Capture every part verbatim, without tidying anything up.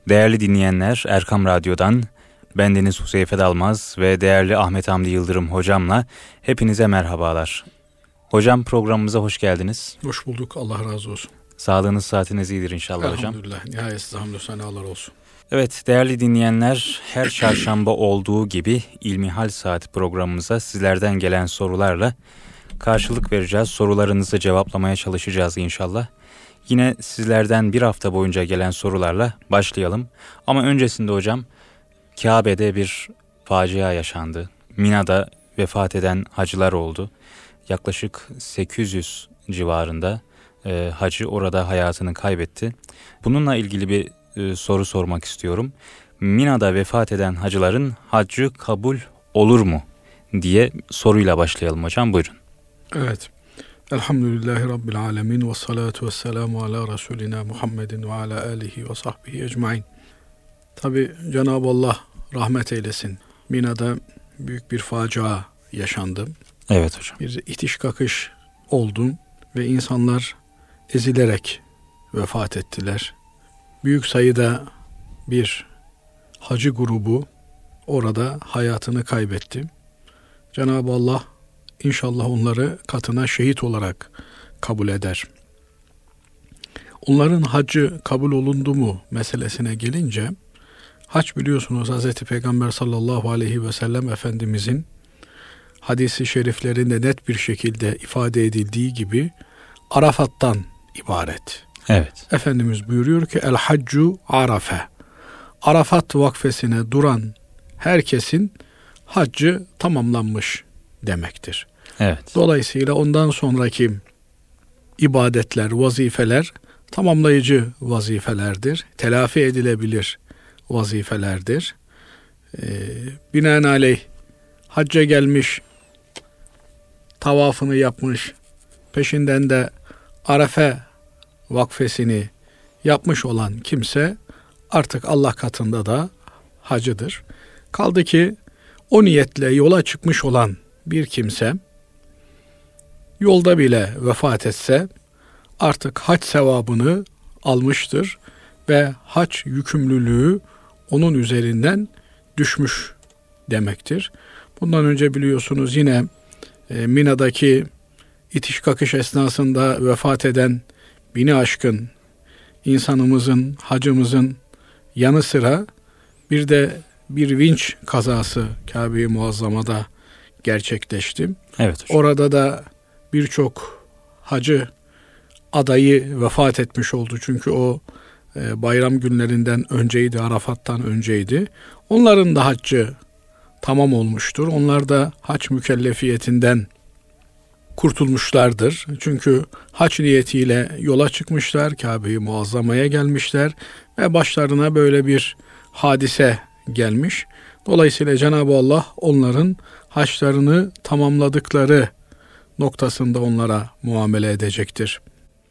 Değerli dinleyenler, Erkam Radyo'dan bendeniz Huzeyfe Dalmaz ve değerli Ahmet Hamdi Yıldırım hocamla hepinize merhabalar. Hocam, programımıza hoş geldiniz. Hoş bulduk. Allah razı olsun. Sağlığınız, saatiniz iyidir inşallah hocam. Elhamdülillah. Nihayetsiz hamdü senalar olsun. Evet değerli dinleyenler, her çarşamba olduğu gibi İlmihal Saati programımıza sizlerden gelen sorularla karşılık vereceğiz. Sorularınızı cevaplamaya çalışacağız inşallah. Yine sizlerden bir hafta boyunca gelen sorularla başlayalım. Ama öncesinde hocam, Kabe'de bir facia yaşandı. Mina'da vefat eden hacılar oldu. Yaklaşık sekiz yüz civarında e, hacı orada hayatını kaybetti. Bununla ilgili bir e, soru sormak istiyorum. Mina'da vefat eden hacıların haccı kabul olur mu diye soruyla başlayalım hocam, buyurun. Evet. Elhamdülillahi Rabbil alemin ve salatu ve selamu ala Resulina Muhammedin ve ala alihi ve sahbihi ecmain. Tabi Cenab-ı Allah rahmet eylesin. Mina'da büyük bir facia yaşandı. Evet hocam. Bir itiş kakış oldu ve insanlar ezilerek vefat ettiler. Büyük sayıda bir hacı grubu orada hayatını kaybetti. Cenab-ı Allah İnşallah onları katına şehit olarak kabul eder. Onların haccı kabul olundu mu meselesine gelince, hac biliyorsunuz Hazreti Peygamber sallallahu aleyhi ve sellem Efendimizin hadisi şeriflerinde net bir şekilde ifade edildiği gibi Arafat'tan ibaret. Evet. Efendimiz buyuruyor ki el haccu arafe. Arafat vakfesine duran herkesin haccı tamamlanmış demektir. Evet. Dolayısıyla ondan sonraki ibadetler, vazifeler tamamlayıcı vazifelerdir. Telafi edilebilir vazifelerdir. Ee, binaenaleyh hacca gelmiş, tavafını yapmış, peşinden de Arefe vakfesini yapmış olan kimse artık Allah katında da hacıdır. Kaldı ki o niyetle yola çıkmış olan bir kimse yolda bile vefat etse artık hac sevabını almıştır ve hac yükümlülüğü onun üzerinden düşmüş demektir. Bundan önce biliyorsunuz yine e, Mina'daki itiş kakış esnasında vefat eden bini aşkın insanımızın, hacımızın yanı sıra bir de bir vinç kazası Kabe-i Muazzama'da gerçekleşti. Evet hocam. Orada da birçok hacı adayı vefat etmiş oldu. Çünkü o e, bayram günlerinden önceydi, Arafat'tan önceydi. Onların da haccı tamam olmuştur. Onlar da hac mükellefiyetinden kurtulmuşlardır. Çünkü hac niyetiyle yola çıkmışlar, Kabe-i Muazzama'ya gelmişler ve başlarına böyle bir hadise gelmiş. Dolayısıyla Cenab-ı Allah onların haçlarını tamamladıkları noktasında onlara muamele edecektir.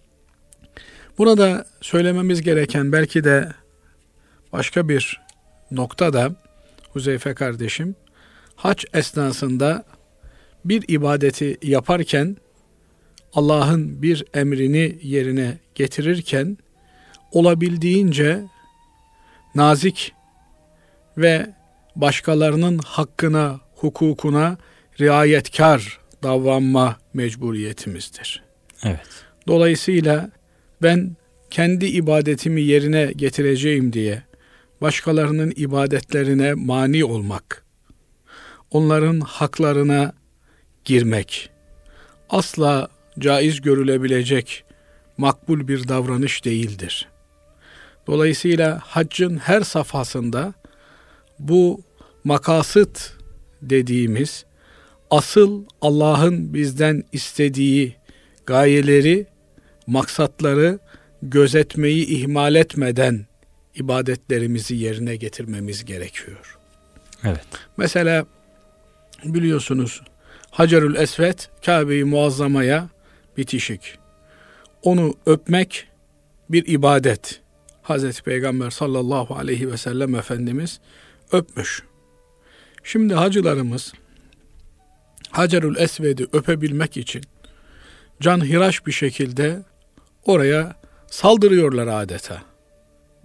Burada söylememiz gereken belki de başka bir nokta da Huzeyfe kardeşim, hac esnasında bir ibadeti yaparken, Allah'ın bir emrini yerine getirirken olabildiğince nazik ve başkalarının hakkına, hukukuna riayetkar davranma mecburiyetimizdir. Evet. Dolayısıyla ben kendi ibadetimi yerine getireceğim diye başkalarının ibadetlerine mani olmak, onların haklarına girmek asla caiz görülebilecek makbul bir davranış değildir. Dolayısıyla haccın her safhasında bu makasıt dediğimiz asıl Allah'ın bizden istediği gayeleri, maksatları gözetmeyi ihmal etmeden ibadetlerimizi yerine getirmemiz gerekiyor. Evet. Mesela biliyorsunuz Hacerül Esved Kabe-i Muazzama'ya bitişik. Onu öpmek bir ibadet. Hazreti Peygamber sallallahu aleyhi ve sellem Efendimiz öpmüş. Şimdi hacılarımız Hacerül Esved'i öpebilmek için canhıraş bir şekilde oraya saldırıyorlar adeta. Bu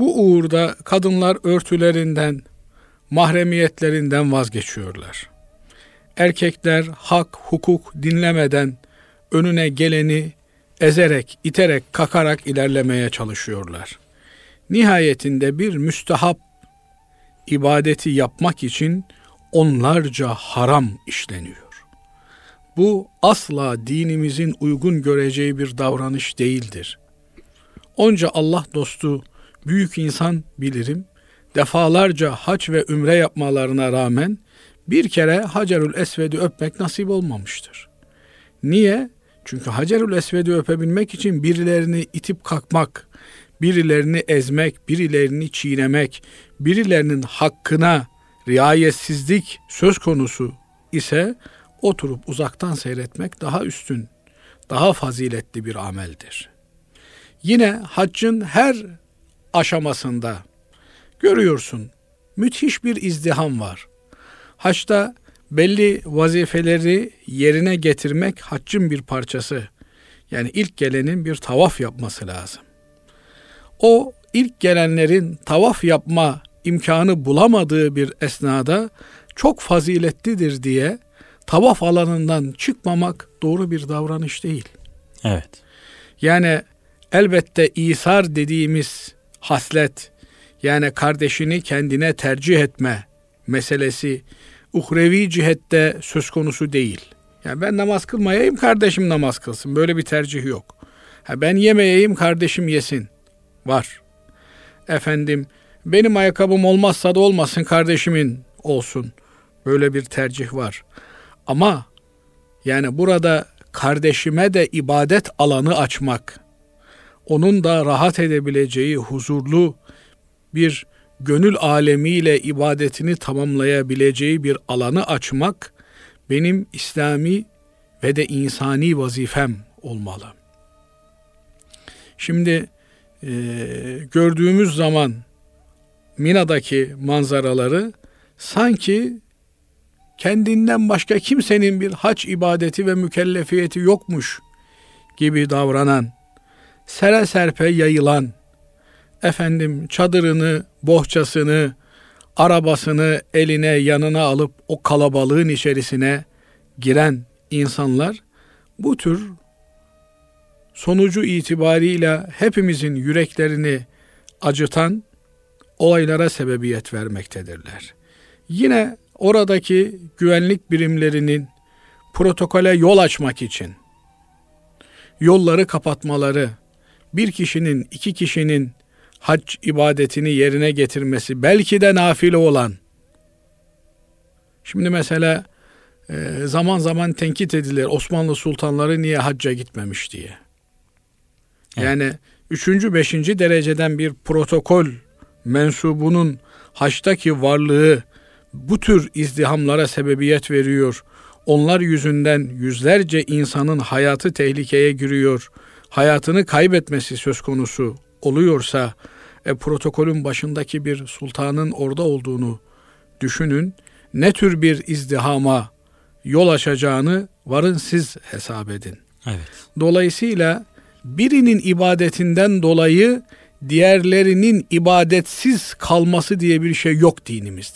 Bu uğurda kadınlar örtülerinden, mahremiyetlerinden vazgeçiyorlar. Erkekler hak, hukuk dinlemeden önüne geleni ezerek, iterek, kakarak ilerlemeye çalışıyorlar. Nihayetinde bir müstehap ibadeti yapmak için onlarca haram işleniyor. Bu asla dinimizin uygun göreceği bir davranış değildir. Onca Allah dostu, büyük insan bilirim, defalarca hac ve ümre yapmalarına rağmen bir kere Hacerül Esved'i öpmek nasip olmamıştır. Niye? Çünkü Hacerül Esved'i öpebilmek için birilerini itip kalkmak, birilerini ezmek, birilerini çiğnemek, birilerinin hakkına riayetsizlik söz konusu ise oturup uzaktan seyretmek daha üstün, daha faziletli bir ameldir. Yine haccın her aşamasında görüyorsun, müthiş bir izdiham var. Haçta belli vazifeleri yerine getirmek haccın bir parçası. Yani ilk gelenin bir tavaf yapması lazım. O ilk gelenlerin tavaf yapma imkanı bulamadığı bir esnada çok faziletlidir diye tavaf alanından çıkmamak doğru bir davranış değil. Evet. Yani elbette İsar dediğimiz haslet, yani kardeşini kendine tercih etme meselesi uhrevi cihette söz konusu değil. Yani ben namaz kılmayayım, kardeşim namaz kılsın. Böyle bir tercih yok. Ha, ben yemeyeyim, kardeşim yesin. Var. Efendim, benim ayakkabım olmazsa da olmasın, kardeşimin olsun. Böyle bir tercih var. Ama yani burada kardeşime de ibadet alanı açmak, onun da rahat edebileceği huzurlu bir gönül alemiyle ibadetini tamamlayabileceği bir alanı açmak benim İslami ve de insani vazifem olmalı. Şimdi e, gördüğümüz zaman Mina'daki manzaraları sanki kendinden başka kimsenin bir hac ibadeti ve mükellefiyeti yokmuş gibi davranan, sere serpe yayılan, efendim çadırını, bohçasını, arabasını eline yanına alıp o kalabalığın içerisine giren insanlar bu tür sonucu itibarıyla hepimizin yüreklerini acıtan olaylara sebebiyet vermektedirler. Yine oradaki güvenlik birimlerinin protokole yol açmak için yolları kapatmaları, bir kişinin, iki kişinin hac ibadetini yerine getirmesi, belki de nafile olan. Şimdi mesela zaman zaman tenkit edilir, Osmanlı sultanları niye hacca gitmemiş diye. Evet. Yani üçüncü, beşinci dereceden bir protokol mensubunun haçtaki varlığı bu tür izdihamlara sebebiyet veriyor. Onlar yüzünden yüzlerce insanın hayatı tehlikeye giriyor. Hayatını kaybetmesi söz konusu oluyorsa, e, protokolün başındaki bir sultanın orada olduğunu düşünün. Ne tür bir izdihama yol açacağını varın siz hesap edin. Evet. Dolayısıyla birinin ibadetinden dolayı diğerlerinin ibadetsiz kalması diye bir şey yok dinimizde.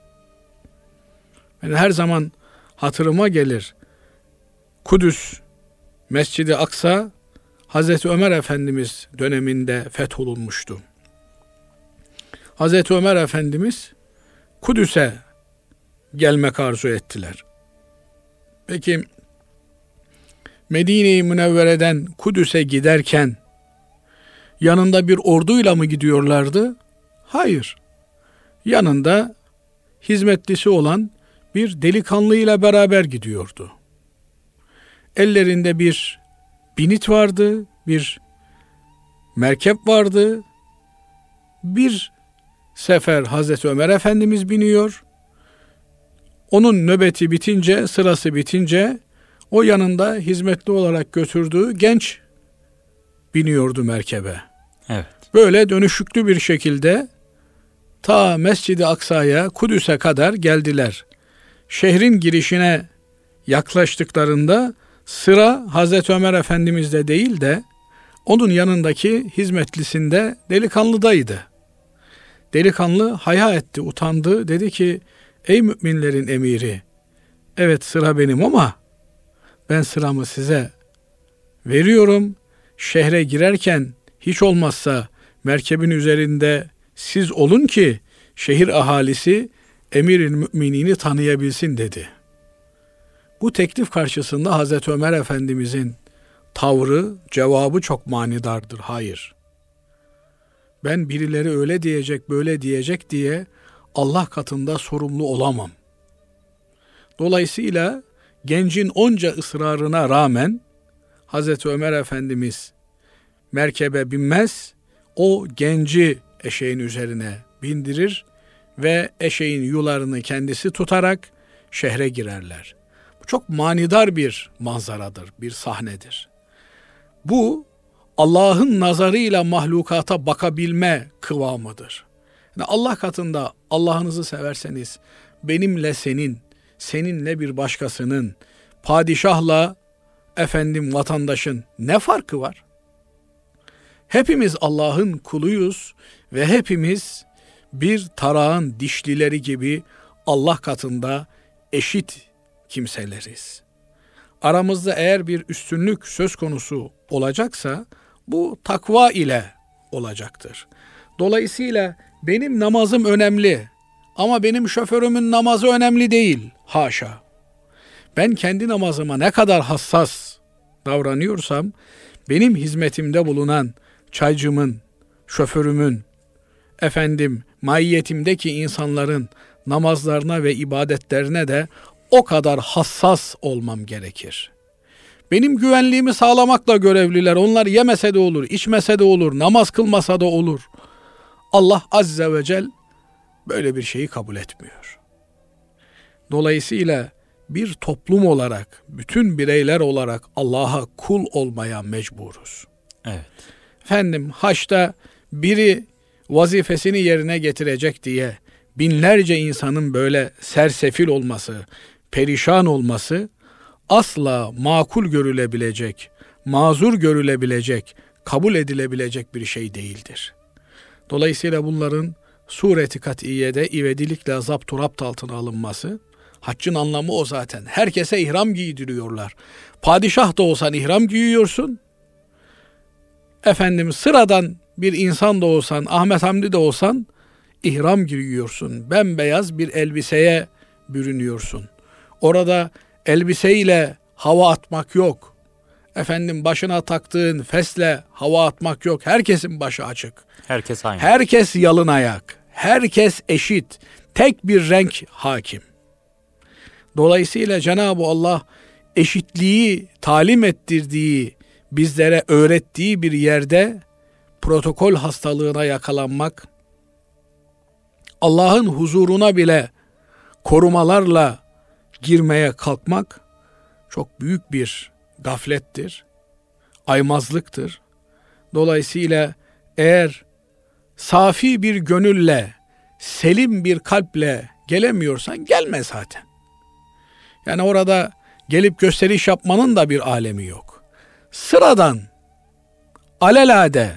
Yani her zaman hatırıma gelir. Kudüs, Mescid-i Aksa, Hazreti Ömer Efendimiz döneminde fetholunmuştu. Hazreti Ömer Efendimiz Kudüs'e gelmek arzu ettiler. Peki Medine-i Münevvere'den Kudüs'e giderken yanında bir orduyla mı gidiyorlardı? Hayır. Yanında hizmetlisi olan bir delikanlıyla beraber gidiyordu. Ellerinde bir binit vardı, bir merkep vardı. Bir sefer Hazreti Ömer Efendimiz biniyor. Onun nöbeti bitince, sırası bitince o yanında hizmetli olarak götürdüğü genç biniyordu merkebe. Evet. Böyle dönüşüklü bir şekilde ta Mescid-i Aksa'ya, Kudüs'e kadar geldiler. Şehrin girişine yaklaştıklarında sıra Hazreti Ömer Efendimiz'de değil de onun yanındaki hizmetlisinde, delikanlıdaydı. Delikanlı haya etti, utandı. Dedi ki, ey müminlerin emiri, evet sıra benim ama ben sıramı size veriyorum. Şehre girerken hiç olmazsa merkebin üzerinde siz olun ki şehir ahalisi emir-i müminini tanıyabilsin dedi. Bu teklif karşısında Hazreti Ömer Efendimizin tavrı, cevabı çok manidardır. Hayır. Ben birileri öyle diyecek, böyle diyecek diye Allah katında sorumlu olamam. Dolayısıyla gencin onca ısrarına rağmen Hazreti Ömer Efendimiz merkebe binmez, o genci eşeğin üzerine bindirir ve eşeğin yularını kendisi tutarak şehre girerler. Bu çok manidar bir manzaradır, bir sahnedir. Bu Allah'ın nazarıyla mahlukata bakabilme kıvamıdır. Yani Allah katında Allah'ınızı severseniz benimle senin, seninle bir başkasının, padişahla efendim vatandaşın ne farkı var? Hepimiz Allah'ın kuluyuz ve hepimiz bir tarağın dişlileri gibi Allah katında eşit kimseleriz. Aramızda eğer bir üstünlük söz konusu olacaksa bu takva ile olacaktır. Dolayısıyla benim namazım önemli ama benim şoförümün namazı önemli değil. Haşa. Ben kendi namazıma ne kadar hassas davranıyorsam benim hizmetimde bulunan çaycımın, şoförümün, efendim maiyetimdeki insanların namazlarına ve ibadetlerine de o kadar hassas olmam gerekir. Benim güvenliğimi sağlamakla görevliler. Onlar yemese de olur, içmese de olur, namaz kılmasa da olur. Allah Azze ve Celle böyle bir şeyi kabul etmiyor. Dolayısıyla bir toplum olarak, bütün bireyler olarak Allah'a kul olmaya mecburuz. Evet. Efendim haçta biri vazifesini yerine getirecek diye binlerce insanın böyle sersefil olması, perişan olması asla makul görülebilecek, mazur görülebilecek, kabul edilebilecek bir şey değildir. Dolayısıyla bunların sureti kat'iyede ivedilikle zaptu rapt altına alınması, haccın anlamı o zaten. Herkese ihram giydiriyorlar. Padişah da olsan ihram giyiyorsun. Efendim sıradan bir insan da olsan, Ahmet Hamdi de olsan ihram giyiyorsun. Bembeyaz bir elbiseye bürünüyorsun. Orada elbiseyle hava atmak yok. Efendim başına taktığın fesle hava atmak yok. Herkesin başı açık. Herkes aynı. Herkes yalın ayak. Herkes eşit. Tek bir renk hakim. Dolayısıyla Cenab-ı Allah eşitliği talim ettirdiği, bizlere öğrettiği bir yerde protokol hastalığına yakalanmak, Allah'ın huzuruna bile korumalarla girmeye kalkmak çok büyük bir gaflettir, aymazlıktır. Dolayısıyla eğer safi bir gönülle, selim bir kalple gelemiyorsan gelme zaten. Yani orada gelip gösteriş yapmanın da bir alemi yok. Sıradan, alelade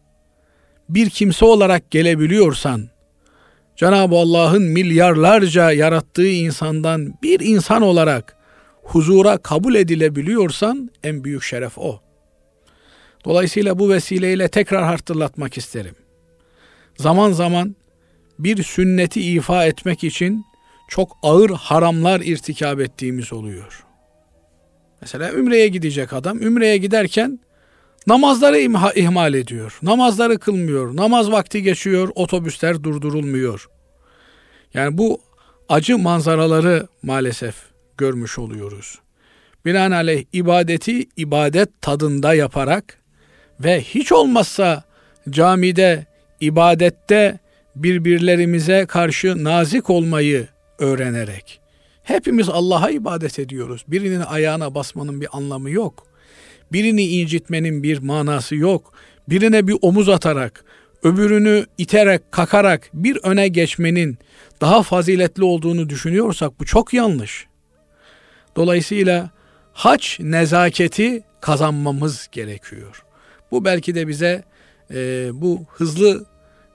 bir kimse olarak gelebiliyorsan, Cenab-ı Allah'ın milyarlarca yarattığı insandan bir insan olarak huzura kabul edilebiliyorsan en büyük şeref o. Dolayısıyla bu vesileyle tekrar hatırlatmak isterim. Zaman zaman bir sünneti ifa etmek için çok ağır haramlar irtikab ettiğimiz oluyor. Mesela Ümre'ye gidecek adam, Ümre'ye giderken namazları imha, ihmal ediyor. Namazları kılmıyor. Namaz vakti geçiyor, otobüsler durdurulmuyor. Yani bu acı manzaraları maalesef görmüş oluyoruz. Binaenaleyh ibadeti ibadet tadında yaparak ve hiç olmazsa camide, ibadette birbirlerimize karşı nazik olmayı öğrenerek. Hepimiz Allah'a ibadet ediyoruz. Birinin ayağına basmanın bir anlamı yok. Birini incitmenin bir manası yok. Birine bir omuz atarak, öbürünü iterek, kakarak bir öne geçmenin daha faziletli olduğunu düşünüyorsak bu çok yanlış. Dolayısıyla hac nezaketi kazanmamız gerekiyor. Bu belki de bize e, bu hızlı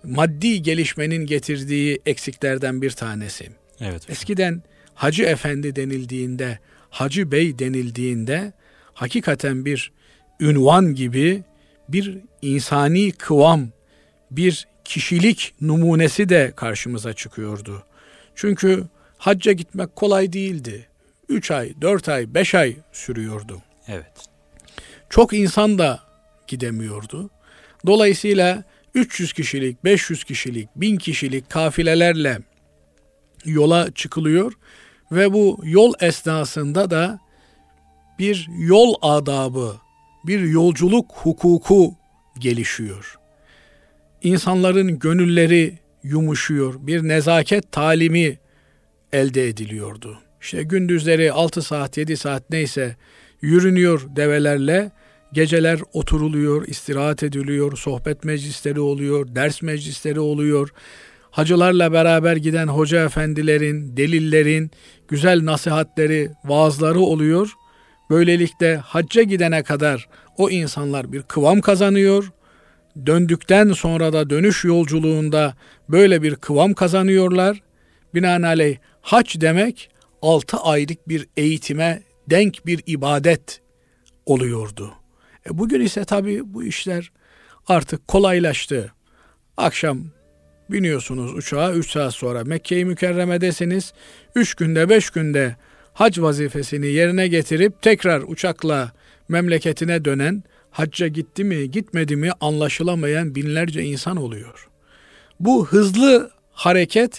maddi gelişmenin getirdiği eksiklerden bir tanesi. Evet. Eskiden Hacı Efendi denildiğinde, Hacı Bey denildiğinde hakikaten bir ünvan gibi bir insani kıvam, bir kişilik numunesi de karşımıza çıkıyordu. Çünkü hacca gitmek kolay değildi. Üç ay, dört ay, beş ay sürüyordu. Evet. Çok insan da gidemiyordu. Dolayısıyla üç yüz kişilik, beş yüz kişilik, bin kişilik kafilelerle yola çıkılıyor ve bu yol esnasında da bir yol adabı, bir yolculuk hukuku gelişiyor. İnsanların gönülleri yumuşuyor, bir nezaket talimi elde ediliyordu. İşte gündüzleri altı saat, yedi saat neyse yürünüyor develerle, geceler oturuluyor, istirahat ediliyor, sohbet meclisleri oluyor, ders meclisleri oluyor. Hacılarla beraber giden hoca efendilerin, delillerin güzel nasihatleri, vaazları oluyor. Böylelikle hacca gidene kadar o insanlar bir kıvam kazanıyor. Döndükten sonra da dönüş yolculuğunda böyle bir kıvam kazanıyorlar. Binaenaleyh hac demek altı aylık bir eğitime denk bir ibadet oluyordu. E bugün ise tabii bu işler artık kolaylaştı. Akşam biniyorsunuz uçağa, üç saat sonra Mekke-i Mükerreme'desiniz. üç günde beş günde hac vazifesini yerine getirip tekrar uçakla memleketine dönen, hacca gitti mi gitmedi mi anlaşılamayan binlerce insan oluyor. Bu hızlı hareket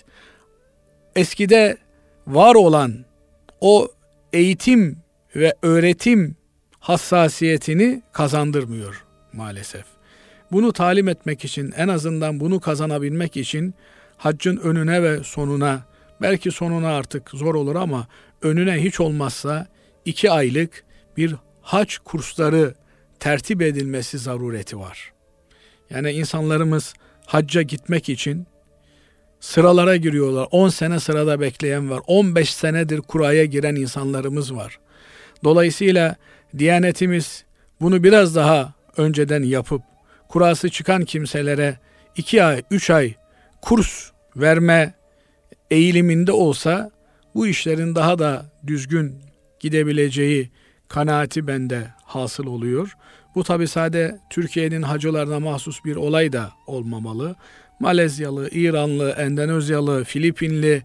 eskide var olan o eğitim ve öğretim hassasiyetini kazandırmıyor maalesef. Bunu talim etmek için, en azından bunu kazanabilmek için haccın önüne ve sonuna, belki sonuna artık zor olur ama önüne hiç olmazsa iki aylık bir hac kursları tertip edilmesi zarureti var. Yani insanlarımız hacca gitmek için sıralara giriyorlar. on sene sırada bekleyen var. on beş senedir kuraya giren insanlarımız var. Dolayısıyla Diyanetimiz bunu biraz daha önceden yapıp kurası çıkan kimselere iki ay, üç ay kurs verme eğiliminde olsa bu işlerin daha da düzgün gidebileceği kanaati bende hasıl oluyor. Bu tabi sade Türkiye'nin hacılarına mahsus bir olay da olmamalı. Malezyalı, İranlı, Endonezyalı, Filipinli,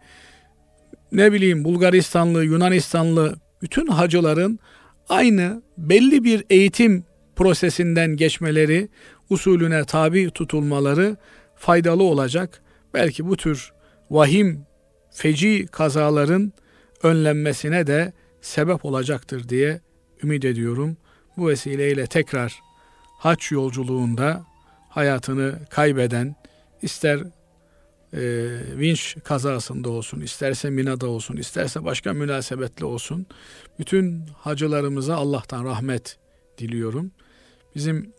ne bileyim Bulgaristanlı, Yunanistanlı bütün hacıların aynı belli bir eğitim prosesinden geçmeleri, usulüne tabi tutulmaları faydalı olacak. Belki bu tür vahim, feci kazaların önlenmesine de sebep olacaktır diye ümit ediyorum. Bu vesileyle tekrar hac yolculuğunda hayatını kaybeden, ister e, vinç kazasında olsun, isterse Mina'da olsun, isterse başka münasebetle olsun, bütün hacılarımıza Allah'tan rahmet diliyorum. Bizim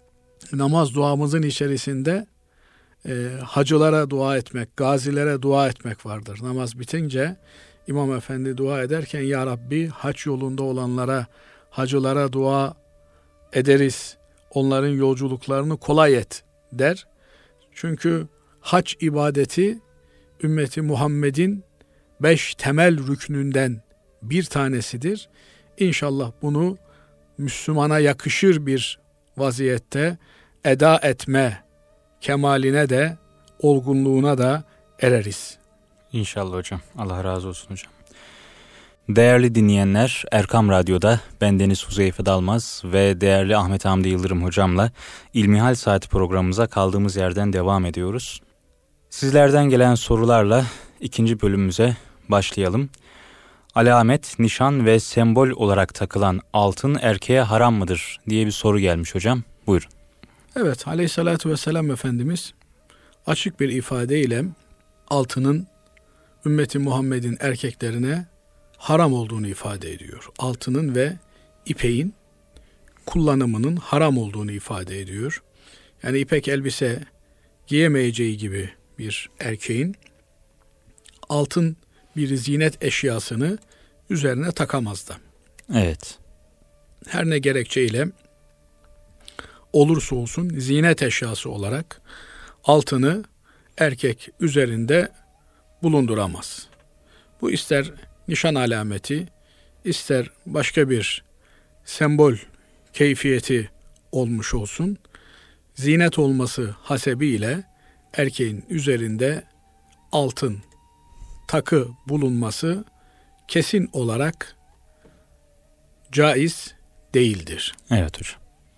namaz duamızın içerisinde e, hacılara dua etmek, gazilere dua etmek vardır. Namaz bitince İmam Efendi dua ederken Ya Rabbi hac yolunda olanlara, hacılara dua ederiz. Onların yolculuklarını kolay et der. Çünkü hac ibadeti ümmeti Muhammed'in beş temel rüknünden bir tanesidir. İnşallah bunu Müslümana yakışır bir vaziyette eda etme kemaline de, olgunluğuna da ereriz. İnşallah hocam. Allah razı olsun hocam. Değerli dinleyenler, Erkam Radyo'da bendeniz Huzeyfe Dalmaz ve değerli Ahmet Hamdi Yıldırım hocamla İlmihal Saati programımıza kaldığımız yerden devam ediyoruz. Sizlerden gelen sorularla ikinci bölümümüze başlayalım. Alamet, nişan ve sembol olarak takılan altın erkeğe haram mıdır diye bir soru gelmiş hocam. Buyurun. Evet, aleyhissalatü vesselam Efendimiz açık bir ifadeyle altının ümmeti Muhammed'in erkeklerine haram olduğunu ifade ediyor. Altının ve ipeğin kullanımının haram olduğunu ifade ediyor. Yani ipek elbise giyemeyeceği gibi bir erkeğin altın bir zinet eşyasını üzerine takamaz da. Evet. Her ne gerekçeyle olursa olsun zinet eşyası olarak altını erkek üzerinde bulunduramaz. Bu ister nişan alameti, ister başka bir sembol keyfiyeti olmuş olsun, zinet olması hasebiyle erkeğin üzerinde altın takı bulunması kesin olarak caiz değildir. Evet hocam.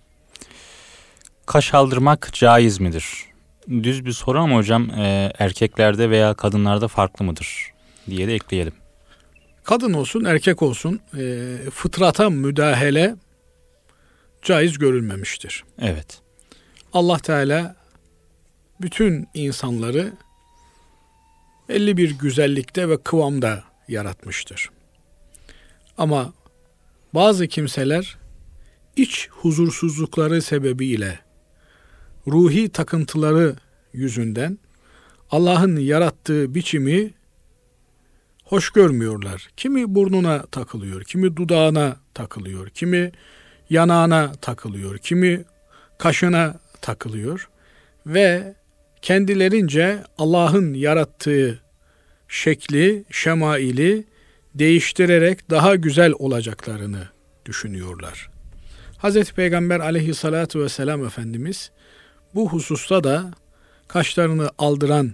Kaş aldırmak caiz midir? Düz bir soru ama hocam e, erkeklerde veya kadınlarda farklı mıdır diye de ekleyelim. Kadın olsun erkek olsun e, fıtrata müdahale caiz görülmemiştir. Evet. Allah Teala bütün insanları belli bir güzellikte ve kıvamda yaratmıştır. Ama bazı kimseler iç huzursuzlukları sebebiyle, ruhi takıntıları yüzünden Allah'ın yarattığı biçimi hoş görmüyorlar. Kimi burnuna takılıyor, kimi dudağına takılıyor, kimi yanağına takılıyor, kimi kaşına takılıyor ve kendilerince Allah'ın yarattığı şekli, şemaili değiştirerek daha güzel olacaklarını düşünüyorlar. Hazreti Peygamber aleyhissalatu vesselam Efendimiz bu hususta da kaşlarını aldıran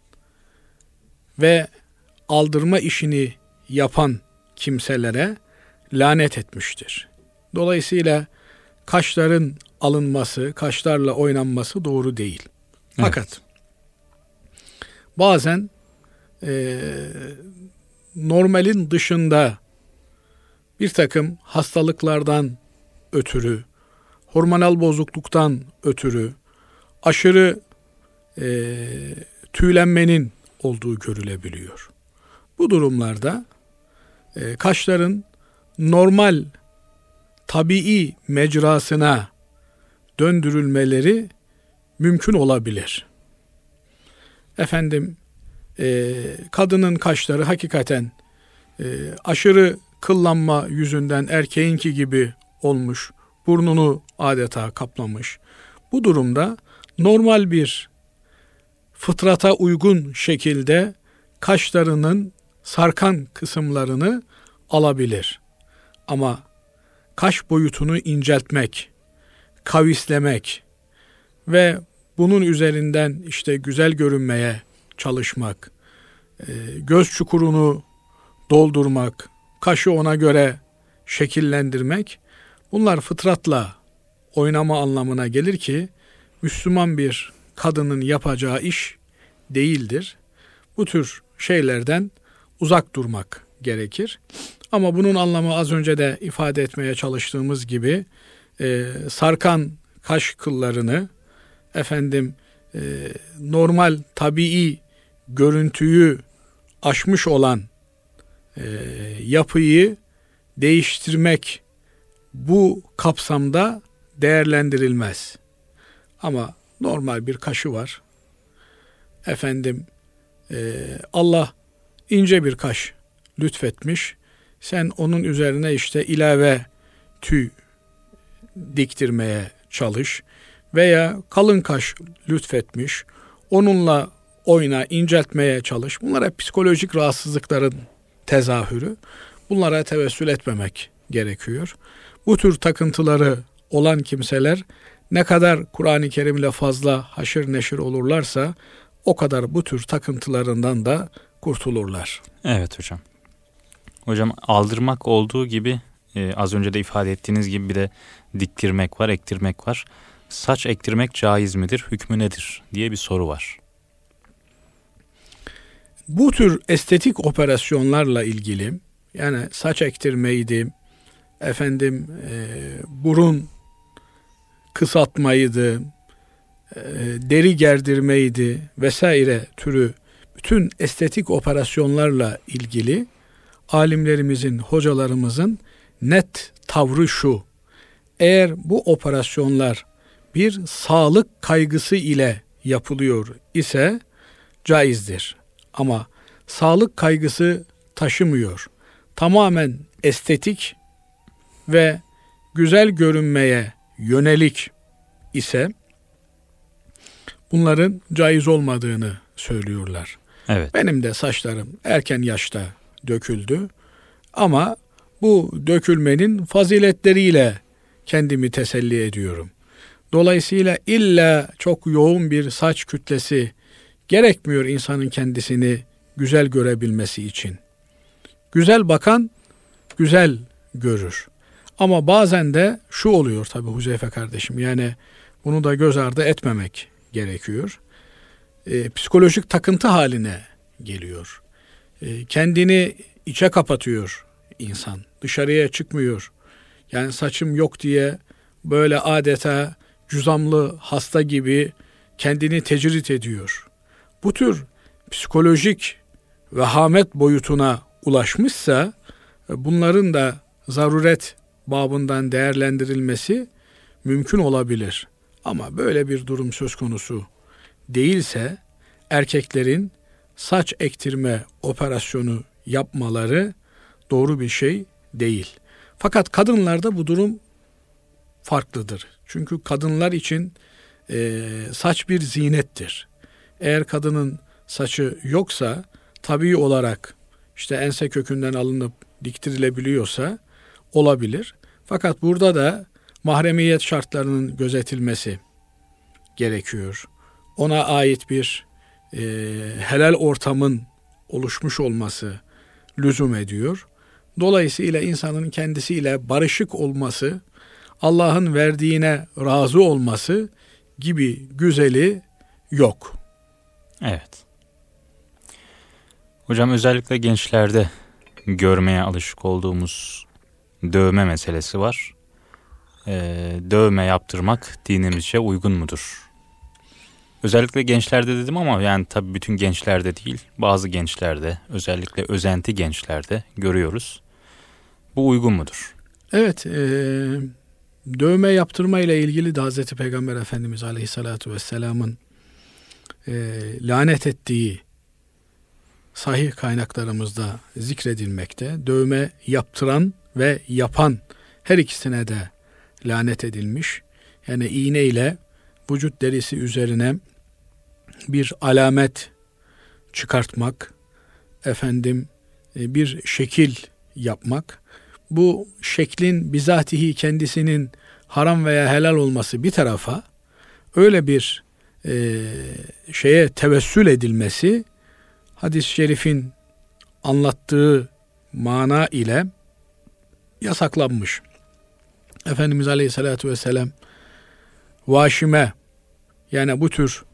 ve aldırma işini yapan kimselere lanet etmiştir. Dolayısıyla kaşların alınması, kaşlarla oynanması doğru değil. Fakat evet. bazen e, normalin dışında bir takım hastalıklardan ötürü, hormonal bozukluktan ötürü aşırı e, tüylenmenin olduğu görülebiliyor. Bu durumlarda e, kaşların normal tabii mecrasına döndürülmeleri mümkün olabilir. Efendim e, kadının kaşları hakikaten e, aşırı kıllanma yüzünden erkeğinki gibi olmuş, burnunu adeta kaplamış. Bu durumda normal bir fıtrata uygun şekilde kaşlarının sarkan kısımlarını alabilir. Ama kaş boyutunu inceltmek, kavislemek ve bunun üzerinden işte güzel görünmeye çalışmak, göz çukurunu doldurmak, kaşı ona göre şekillendirmek, bunlar fıtratla oynama anlamına gelir ki Müslüman bir kadının yapacağı iş değildir. Bu tür şeylerden uzak durmak gerekir. Ama bunun anlamı az önce de ifade etmeye çalıştığımız gibi e, sarkan kaş kıllarını efendim e, normal tabii görüntüyü aşmış olan e, yapıyı değiştirmek bu kapsamda değerlendirilmez. Ama normal bir kaşı var. Efendim e, Allah ince bir kaş lütfetmiş. Sen onun üzerine işte ilave tüy diktirmeye çalış. Veya kalın kaş lütfetmiş. Onunla oyna, inceltmeye çalış. Bunlar hep psikolojik rahatsızlıkların tezahürü. Bunlara tevessül etmemek gerekiyor. Bu tür takıntıları olan kimseler ne kadar Kur'an-ı Kerim'le fazla haşır neşir olurlarsa o kadar bu tür takıntılarından da kurtulurlar. Evet hocam. Hocam aldırmak olduğu gibi e, az önce de ifade ettiğiniz gibi bir de diktirmek var, ektirmek var. Saç ektirmek caiz midir, hükmü nedir diye bir soru var. Bu tür estetik operasyonlarla ilgili, yani saç ektirmeydi, efendim e, burun kısaltmaydı, e, deri gerdirmeydi vesaire türü bütün estetik operasyonlarla ilgili alimlerimizin, hocalarımızın net tavrı şu: eğer bu operasyonlar bir sağlık kaygısı ile yapılıyor ise caizdir. Ama sağlık kaygısı taşımıyor, tamamen estetik ve güzel görünmeye yönelik ise bunların caiz olmadığını söylüyorlar. Evet. Benim de saçlarım erken yaşta döküldü ama bu dökülmenin faziletleriyle kendimi teselli ediyorum. Dolayısıyla illa çok yoğun bir saç kütlesi gerekmiyor insanın kendisini güzel görebilmesi için. Güzel bakan güzel görür. Ama bazen de şu oluyor tabii Huzeyfe kardeşim, yani bunu da göz ardı etmemek gerekiyor. E, psikolojik takıntı haline geliyor. E, kendini içe kapatıyor insan. Dışarıya çıkmıyor. Yani saçım yok diye böyle adeta cüzamlı hasta gibi kendini tecrit ediyor. Bu tür psikolojik vehamet boyutuna ulaşmışsa bunların da zaruret babından değerlendirilmesi mümkün olabilir. Ama böyle bir durum söz konusu değilse erkeklerin saç ektirme operasyonu yapmaları doğru bir şey değil. Fakat kadınlarda bu durum farklıdır. Çünkü kadınlar için e, saç bir zinettir. Eğer kadının saçı yoksa tabii olarak işte ense kökünden alınıp diktirilebiliyorsa olabilir. Fakat burada da mahremiyet şartlarının gözetilmesi gerekiyor. Ona ait bir e, helal ortamın oluşmuş olması lüzum ediyor. Dolayısıyla insanın kendisiyle barışık olması, Allah'ın verdiğine razı olması gibi güzeli yok. Evet. Hocam özellikle gençlerde görmeye alışık olduğumuz dövme meselesi var. Ee, dövme yaptırmak dinimizce uygun mudur? Özellikle gençlerde dedim ama yani tabii bütün gençlerde değil, bazı gençlerde, özellikle özenti gençlerde görüyoruz. Bu uygun mudur? Evet, e, dövme yaptırma ile ilgili de Hazreti Peygamber Efendimiz Aleyhisselatü Vesselam'ın e, lanet ettiği sahih kaynaklarımızda zikredilmekte. Dövme yaptıran ve yapan her ikisine de lanet edilmiş. Yani iğne ile vücut derisi üzerine bir alamet çıkartmak, efendim bir şekil yapmak, bu şeklin bizatihi kendisinin haram veya helal olması bir tarafa, öyle bir e, şeye tevessül edilmesi hadis-i şerifin anlattığı mana ile yasaklanmış. Efendimiz Aleyhisselatü Vesselam vaşime, yani bu tür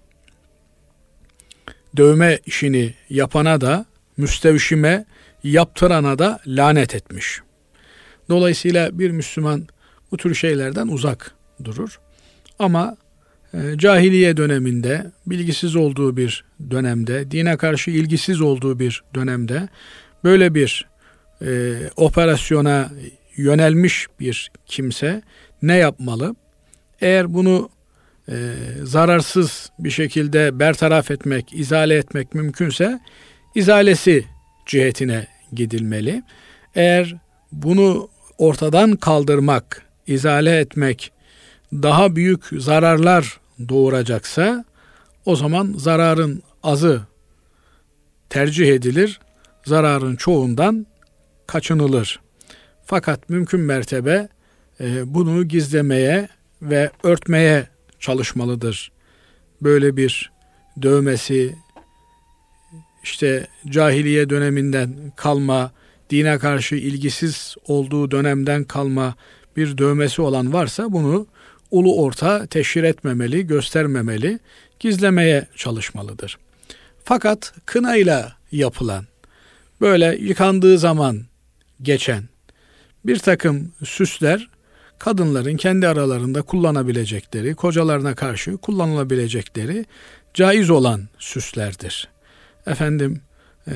dövme işini yapana da, müstevşime yaptırana da lanet etmiş. Dolayısıyla bir Müslüman bu tür şeylerden uzak durur. Ama e, cahiliye döneminde, bilgisiz olduğu bir dönemde, dine karşı ilgisiz olduğu bir dönemde böyle bir e, operasyona yönelmiş bir kimse ne yapmalı? Eğer bunu e, zararsız bir şekilde bertaraf etmek, izale etmek mümkünse izalesi cihetine gidilmeli. Eğer bunu ortadan kaldırmak, izale etmek daha büyük zararlar doğuracaksa o zaman zararın azı tercih edilir, zararın çoğundan kaçınılır. Fakat mümkün mertebe e, bunu gizlemeye ve örtmeye çalışmalıdır. Böyle bir dövmesi, işte cahiliye döneminden kalma, dine karşı ilgisiz olduğu dönemden kalma bir dövmesi olan varsa bunu ulu orta teşhir etmemeli, göstermemeli, gizlemeye çalışmalıdır. Fakat kınayla yapılan, böyle yıkandığı zaman geçen bir takım süsler, kadınların kendi aralarında kullanabilecekleri, kocalarına karşı kullanılabilecekleri caiz olan süslerdir. Efendim, e,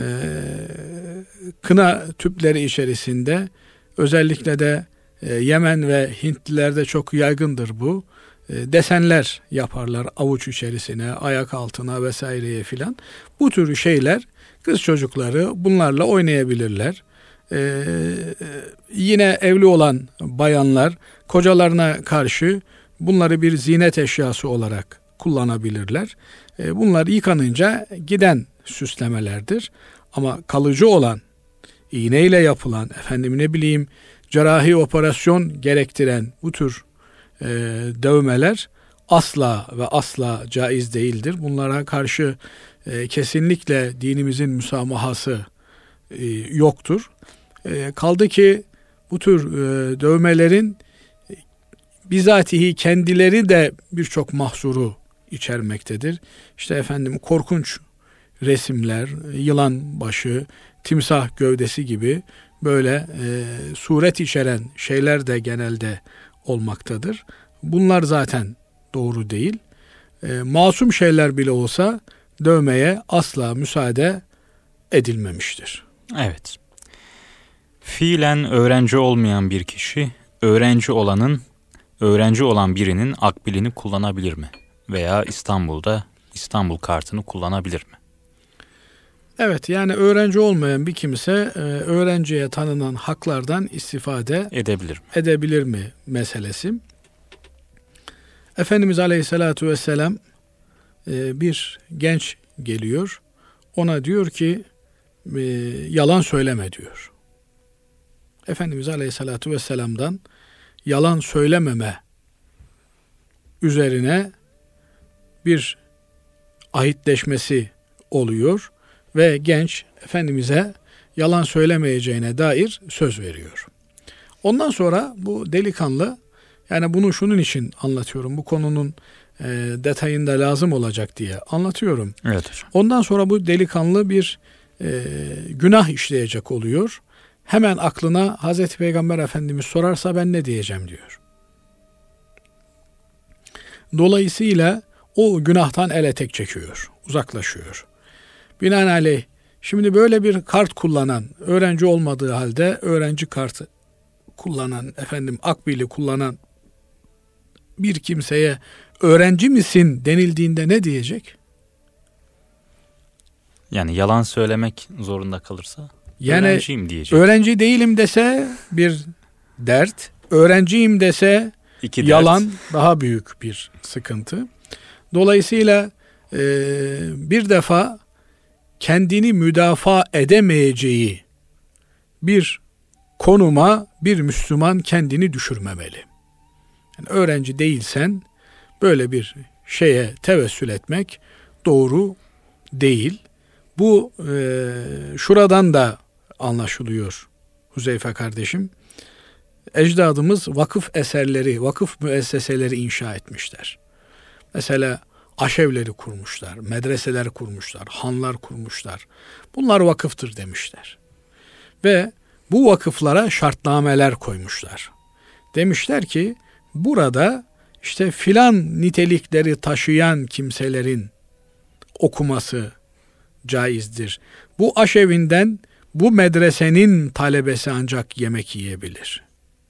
kına tüpleri içerisinde özellikle de e, Yemen ve Hintlilerde çok yaygındır bu. E, desenler yaparlar avuç içerisine, ayak altına vesaireye filan. Bu tür şeyler kız çocukları bunlarla oynayabilirler. Ee, yine evli olan bayanlar kocalarına karşı bunları bir zinet eşyası olarak kullanabilirler. E, bunlar yıkanınca giden süslemelerdir. Ama kalıcı olan, iğneyle yapılan, efendim ne bileyim cerrahi operasyon gerektiren bu tür e, dövmeler asla ve asla caiz değildir. Bunlara karşı e, kesinlikle dinimizin müsamahası e, yoktur. E, kaldı ki bu tür e, dövmelerin e, bizatihi kendileri de birçok mahsuru içermektedir. İşte efendim korkunç resimler, yılan başı, timsah gövdesi gibi böyle e, suret içeren şeyler de genelde olmaktadır. Bunlar zaten doğru değil. E, masum şeyler bile olsa dövmeye asla müsaade edilmemiştir. Evet. Fiilen öğrenci olmayan bir kişi, öğrenci olanın, öğrenci olan birinin akbilini kullanabilir mi? Veya İstanbul'da İstanbul kartını kullanabilir mi? Evet, yani öğrenci olmayan bir kimse e, öğrenciye tanınan haklardan istifade edebilir mi? Edebilir mi meselesi. Efendimiz Aleyhisselatü Vesselam e, bir genç geliyor. Ona diyor ki e, yalan söyleme diyor. Efendimiz Aleyhisselatü Vesselam'dan yalan söylememe üzerine bir ahitleşmesi oluyor ve genç Efendimiz'e yalan söylemeyeceğine dair söz veriyor. Ondan sonra bu delikanlı, yani bunu şunun için anlatıyorum, bu konunun e, detayında lazım olacak diye anlatıyorum. Evet hocam. Ondan sonra bu delikanlı bir e, günah işleyecek oluyor. Hemen aklına Hazreti Peygamber Efendimiz sorarsa ben ne diyeceğim diyor. Dolayısıyla o günahtan el etek çekiyor, uzaklaşıyor. Binaenaleyh şimdi böyle bir kart kullanan, öğrenci olmadığı halde öğrenci kartı kullanan, efendim akbili kullanan bir kimseye öğrenci misin denildiğinde ne diyecek? Yani yalan söylemek zorunda kalırsa yani, öğrenciyim diyecek. Öğrenci değilim dese bir dert, öğrenciyim dese İki yalan dert. Daha büyük bir sıkıntı. Dolayısıyla e, bir defa kendini müdafaa edemeyeceği bir konuma bir Müslüman kendini düşürmemeli. Yani öğrenci değilsen böyle bir şeye tevessül etmek doğru değil. Bu e, şuradan da anlaşılıyor Huzeyfe kardeşim. Ecdadımız vakıf eserleri, vakıf müesseseleri inşa etmişler. Mesela aşevleri kurmuşlar, medreseler kurmuşlar, hanlar kurmuşlar. Bunlar vakıftır demişler. Ve bu vakıflara şartnameler koymuşlar. Demişler ki burada işte filan nitelikleri taşıyan kimselerin okuması caizdir. Bu aşevinden bu medresenin talebesi ancak yemek yiyebilir.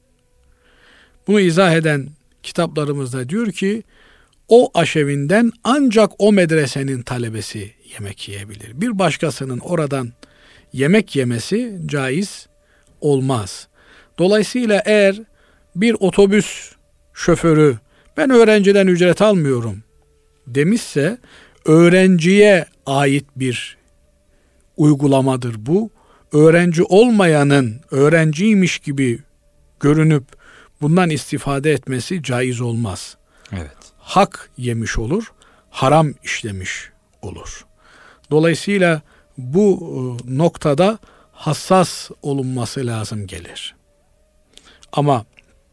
Bunu izah eden kitaplarımızda diyor ki o aşevinden ancak o medresenin talebesi yemek yiyebilir. Bir başkasının oradan yemek yemesi caiz olmaz. Dolayısıyla eğer bir otobüs şoförü ben öğrenciden ücret almıyorum demişse öğrenciye ait bir uygulamadır bu. Öğrenci olmayanın öğrenciymiş gibi görünüp bundan istifade etmesi caiz olmaz. Evet. Hak yemiş olur, haram işlemiş olur. Dolayısıyla bu noktada hassas olunması lazım gelir. Ama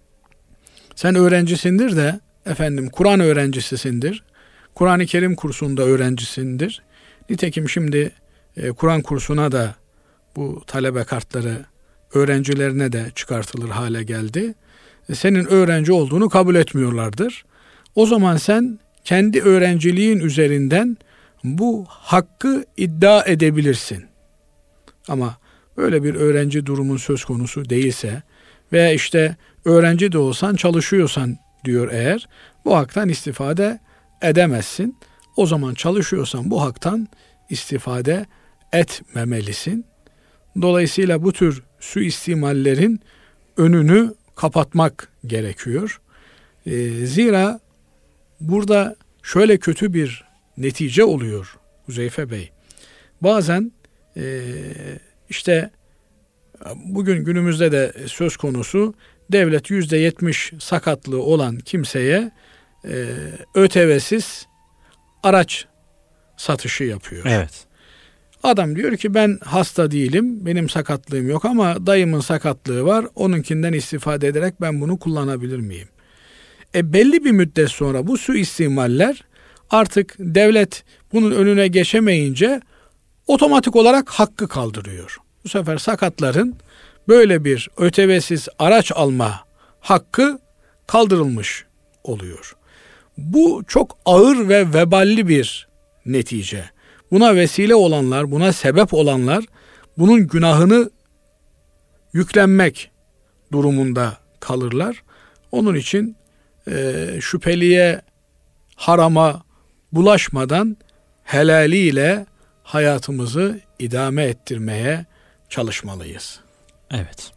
sen öğrencisindir de efendim Kur'an öğrencisisindir. Kur'an-ı Kerim kursunda öğrencisindir. Nitekim şimdi e, Kur'an kursuna da bu talebe kartları öğrencilerine de çıkartılır hale geldi. E, senin öğrenci olduğunu kabul etmiyorlardır. O zaman sen kendi öğrenciliğin üzerinden bu hakkı iddia edebilirsin. Ama böyle bir öğrenci durumun söz konusu değilse veya işte öğrenci de olsan çalışıyorsan diyor eğer bu haktan istifade edemezsin. O zaman çalışıyorsan bu haktan istifade etmemelisin. Dolayısıyla bu tür suistimallerin önünü kapatmak gerekiyor. Ee, zira burada şöyle kötü bir netice oluyor Huzeyfe Bey. Bazen e, işte bugün günümüzde de söz konusu, devlet yüzde yetmiş sakatlığı olan kimseye e, ÖTV'siz araç satışı yapıyor. Evet. Adam diyor ki ben hasta değilim, benim sakatlığım yok ama dayımın sakatlığı var, onunkinden istifade ederek ben bunu kullanabilir miyim? E belli bir müddet sonra bu suistimaller, artık devlet bunun önüne geçemeyince otomatik olarak hakkı kaldırıyor. Bu sefer sakatların böyle bir ÖTV'siz araç alma hakkı kaldırılmış oluyor. Bu çok ağır ve veballi bir netice. Buna vesile olanlar, buna sebep olanlar bunun günahını yüklenmek durumunda kalırlar. Onun için e, şüpheliye, harama bulaşmadan helaliyle hayatımızı idame ettirmeye çalışmalıyız. Evet.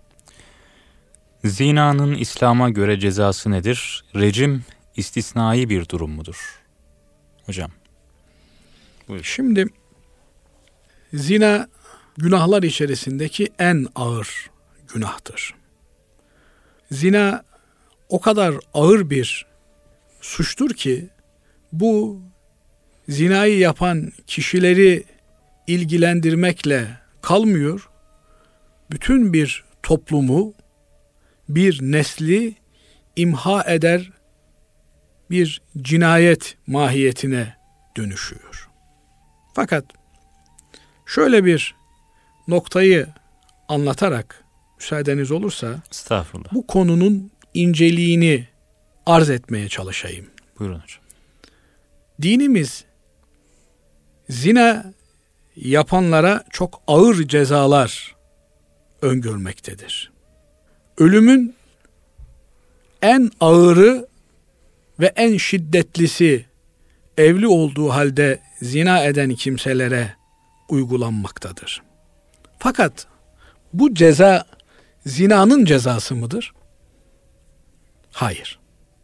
Zinanın İslam'a göre cezası nedir? Rejim istisnai bir durum mudur? Hocam. Buyurun. Şimdi zina günahlar içerisindeki en ağır günahtır. Zina o kadar ağır bir suçtur ki bu zinayı yapan kişileri ilgilendirmekle kalmıyor. Bütün bir toplumu, bir nesli imha eder, bir cinayet mahiyetine dönüşüyor. Fakat şöyle bir noktayı anlatarak müsaadeniz olursa, estağfurullah, bu konunun inceliğini arz etmeye çalışayım. Buyurun hocam. Dinimiz zina yapanlara çok ağır cezalar öngörmektedir. Ölümün en ağırı ve en şiddetlisi evli olduğu halde zina eden kimselere uygulanmaktadır. Fakat bu ceza zinanın cezası mıdır? Hayır.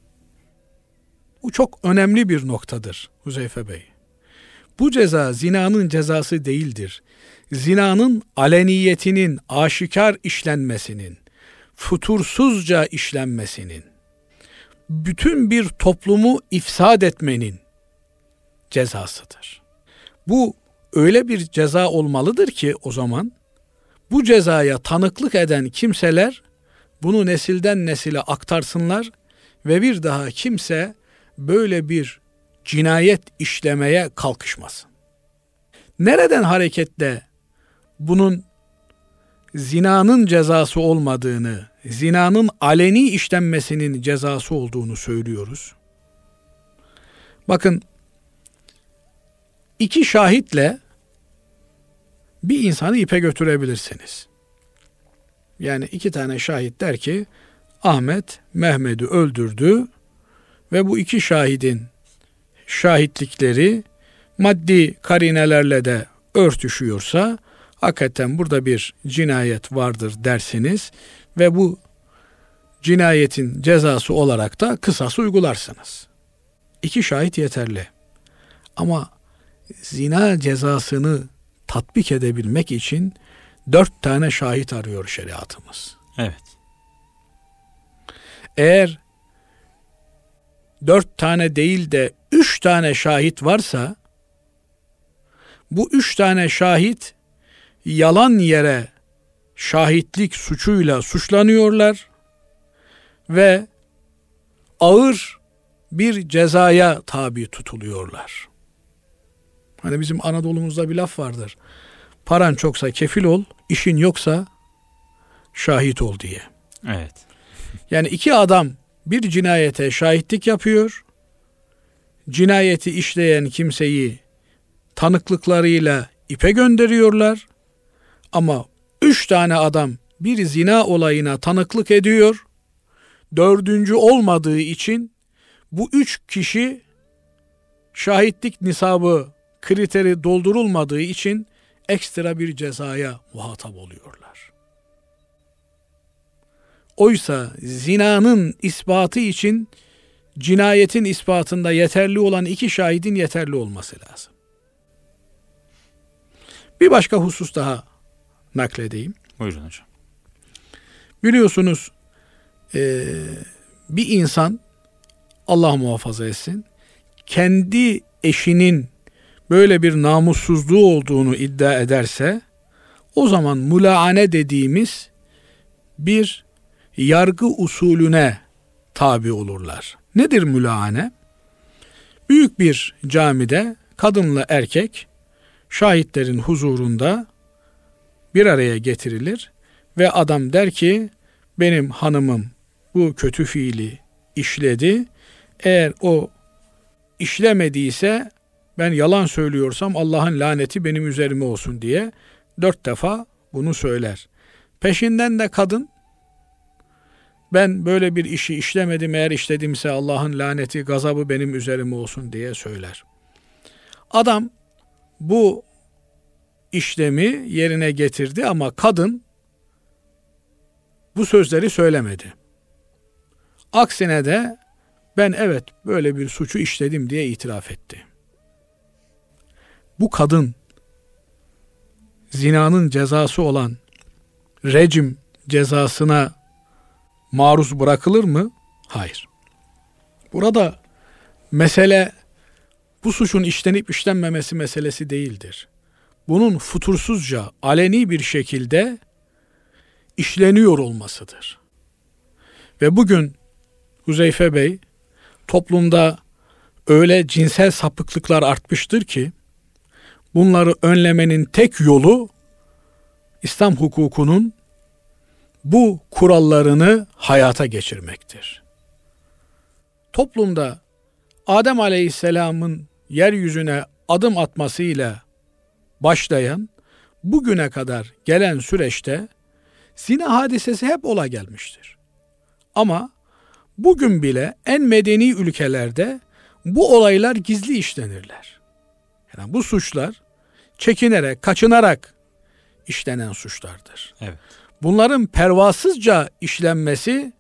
Bu çok önemli bir noktadır Huzeyfe Bey. Bu ceza zinanın cezası değildir. Zinanın aleniyetinin, aşikar işlenmesinin, futursuzca işlenmesinin, bütün bir toplumu ifsad etmenin cezasıdır. Bu öyle bir ceza olmalıdır ki o zaman bu cezaya tanıklık eden kimseler bunu nesilden nesile aktarsınlar ve bir daha kimse böyle bir cinayet işlemeye kalkışmasın. Nereden hareketle bunun zinanın cezası olmadığını, zinanın aleni işlenmesinin cezası olduğunu söylüyoruz? Bakın, iki şahitle bir insanı ipe götürebilirsiniz. Yani iki tane şahit der ki Ahmet Mehmet'i öldürdü ve bu iki şahidin şahitlikleri maddi karinelerle de örtüşüyorsa hakikaten burada bir cinayet vardır dersiniz ve bu cinayetin cezası olarak da kısas uygularsınız. İki şahit yeterli. Ama zina cezasını tatbik edebilmek için dört tane şahit arıyor şeriatımız. Evet. Eğer dört tane değil de üç tane şahit varsa, bu üç tane şahit yalan yere şahitlik suçuyla suçlanıyorlar ve ağır bir cezaya tabi tutuluyorlar. Hani bizim Anadolu'muzda bir laf vardır. Paran çoksa kefil ol, işin yoksa şahit ol diye. Evet. Yani iki adam bir cinayete şahitlik yapıyor. Cinayeti işleyen kimseyi tanıklıklarıyla ipe gönderiyorlar. Ama üç tane adam bir zina olayına tanıklık ediyor. Dördüncü olmadığı için bu üç kişi şahitlik nisabı kriteri doldurulmadığı için ekstra bir cezaya muhatap oluyorlar. Oysa zinanın ispatı için cinayetin ispatında yeterli olan iki şahidin yeterli olması lazım. Bir başka husus daha nakledeyim. Buyurun hocam. Biliyorsunuz e, bir insan, Allah muhafaza etsin, kendi eşinin böyle bir namussuzluğu olduğunu iddia ederse, o zaman mulaane dediğimiz bir yargı usulüne tabi olurlar. Nedir mulaane? Büyük bir camide kadınla erkek şahitlerin huzurunda bir araya getirilir ve adam der ki, benim hanımım bu kötü fiili işledi. Eğer o işlemediyse, ben yalan söylüyorsam Allah'ın laneti benim üzerime olsun diye dört defa bunu söyler. Peşinden de kadın, ben böyle bir işi işlemedim, eğer işledimse Allah'ın laneti, gazabı benim üzerime olsun diye söyler. Adam bu işlemi yerine getirdi ama kadın bu sözleri söylemedi. Aksine de ben evet böyle bir suçu işledim diye itiraf etti. Bu kadın zinanın cezası olan recm cezasına maruz bırakılır mı? Hayır. Burada mesele bu suçun işlenip işlenmemesi meselesi değildir. Bunun futursuzca, aleni bir şekilde işleniyor olmasıdır. Ve bugün Huzeyfe Bey, toplumda öyle cinsel sapıklıklar artmıştır ki, bunları önlemenin tek yolu İslam hukukunun bu kurallarını hayata geçirmektir. Toplumda Adem Aleyhisselam'ın yeryüzüne adım atmasıyla başlayan, bugüne kadar gelen süreçte zina hadisesi hep ola gelmiştir. Ama bugün bile en medeni ülkelerde bu olaylar gizli işlenirler. Yani bu suçlar çekinerek, kaçınarak işlenen suçlardır. Evet. Bunların pervasızca işlenmesi,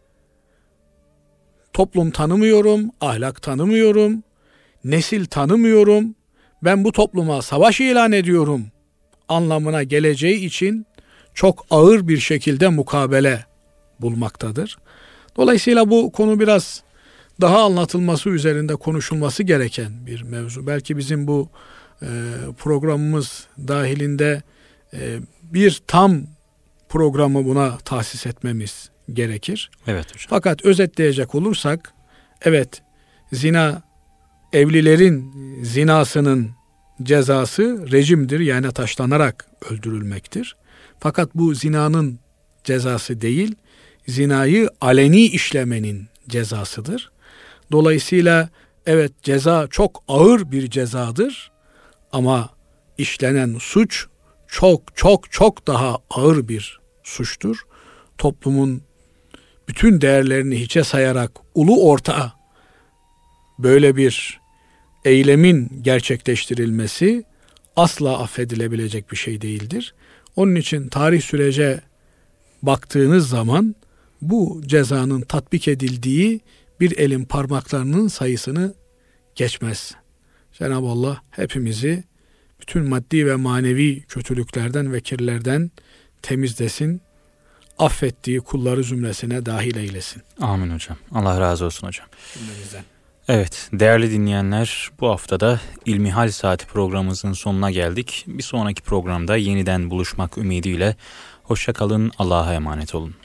toplum tanımıyorum, ahlak tanımıyorum, nesil tanımıyorum, ben bu topluma savaş ilan ediyorum anlamına geleceği için çok ağır bir şekilde mukabele bulmaktadır. Dolayısıyla bu konu biraz daha anlatılması üzerinde konuşulması gereken bir mevzu. Belki bizim bu e, programımız dahilinde e, bir tam programı buna tahsis etmemiz gerekir. Evet hocam. Fakat özetleyecek olursak, evet, zina, evlilerin zinasının cezası rejimdir, yani taşlanarak öldürülmektir. Fakat bu zinanın cezası değil, zinayı aleni işlemenin cezasıdır. Dolayısıyla evet, ceza çok ağır bir cezadır ama işlenen suç çok çok çok daha ağır bir suçtur. Toplumun bütün değerlerini hiçe sayarak ulu orta böyle bir eylemin gerçekleştirilmesi asla affedilebilecek bir şey değildir. Onun için tarih sürece baktığınız zaman bu cezanın tatbik edildiği bir elin parmaklarının sayısını geçmez. Cenab-ı Allah hepimizi bütün maddi ve manevi kötülüklerden ve kirlerden temizlesin, affettiği kulları zümresine dahil eylesin. Amin hocam. Allah razı olsun hocam. Cümlemizden. Evet, değerli dinleyenler, bu haftada İlmihal Saati programımızın sonuna geldik. Bir sonraki programda yeniden buluşmak ümidiyle hoşça kalın, Allah'a emanet olun.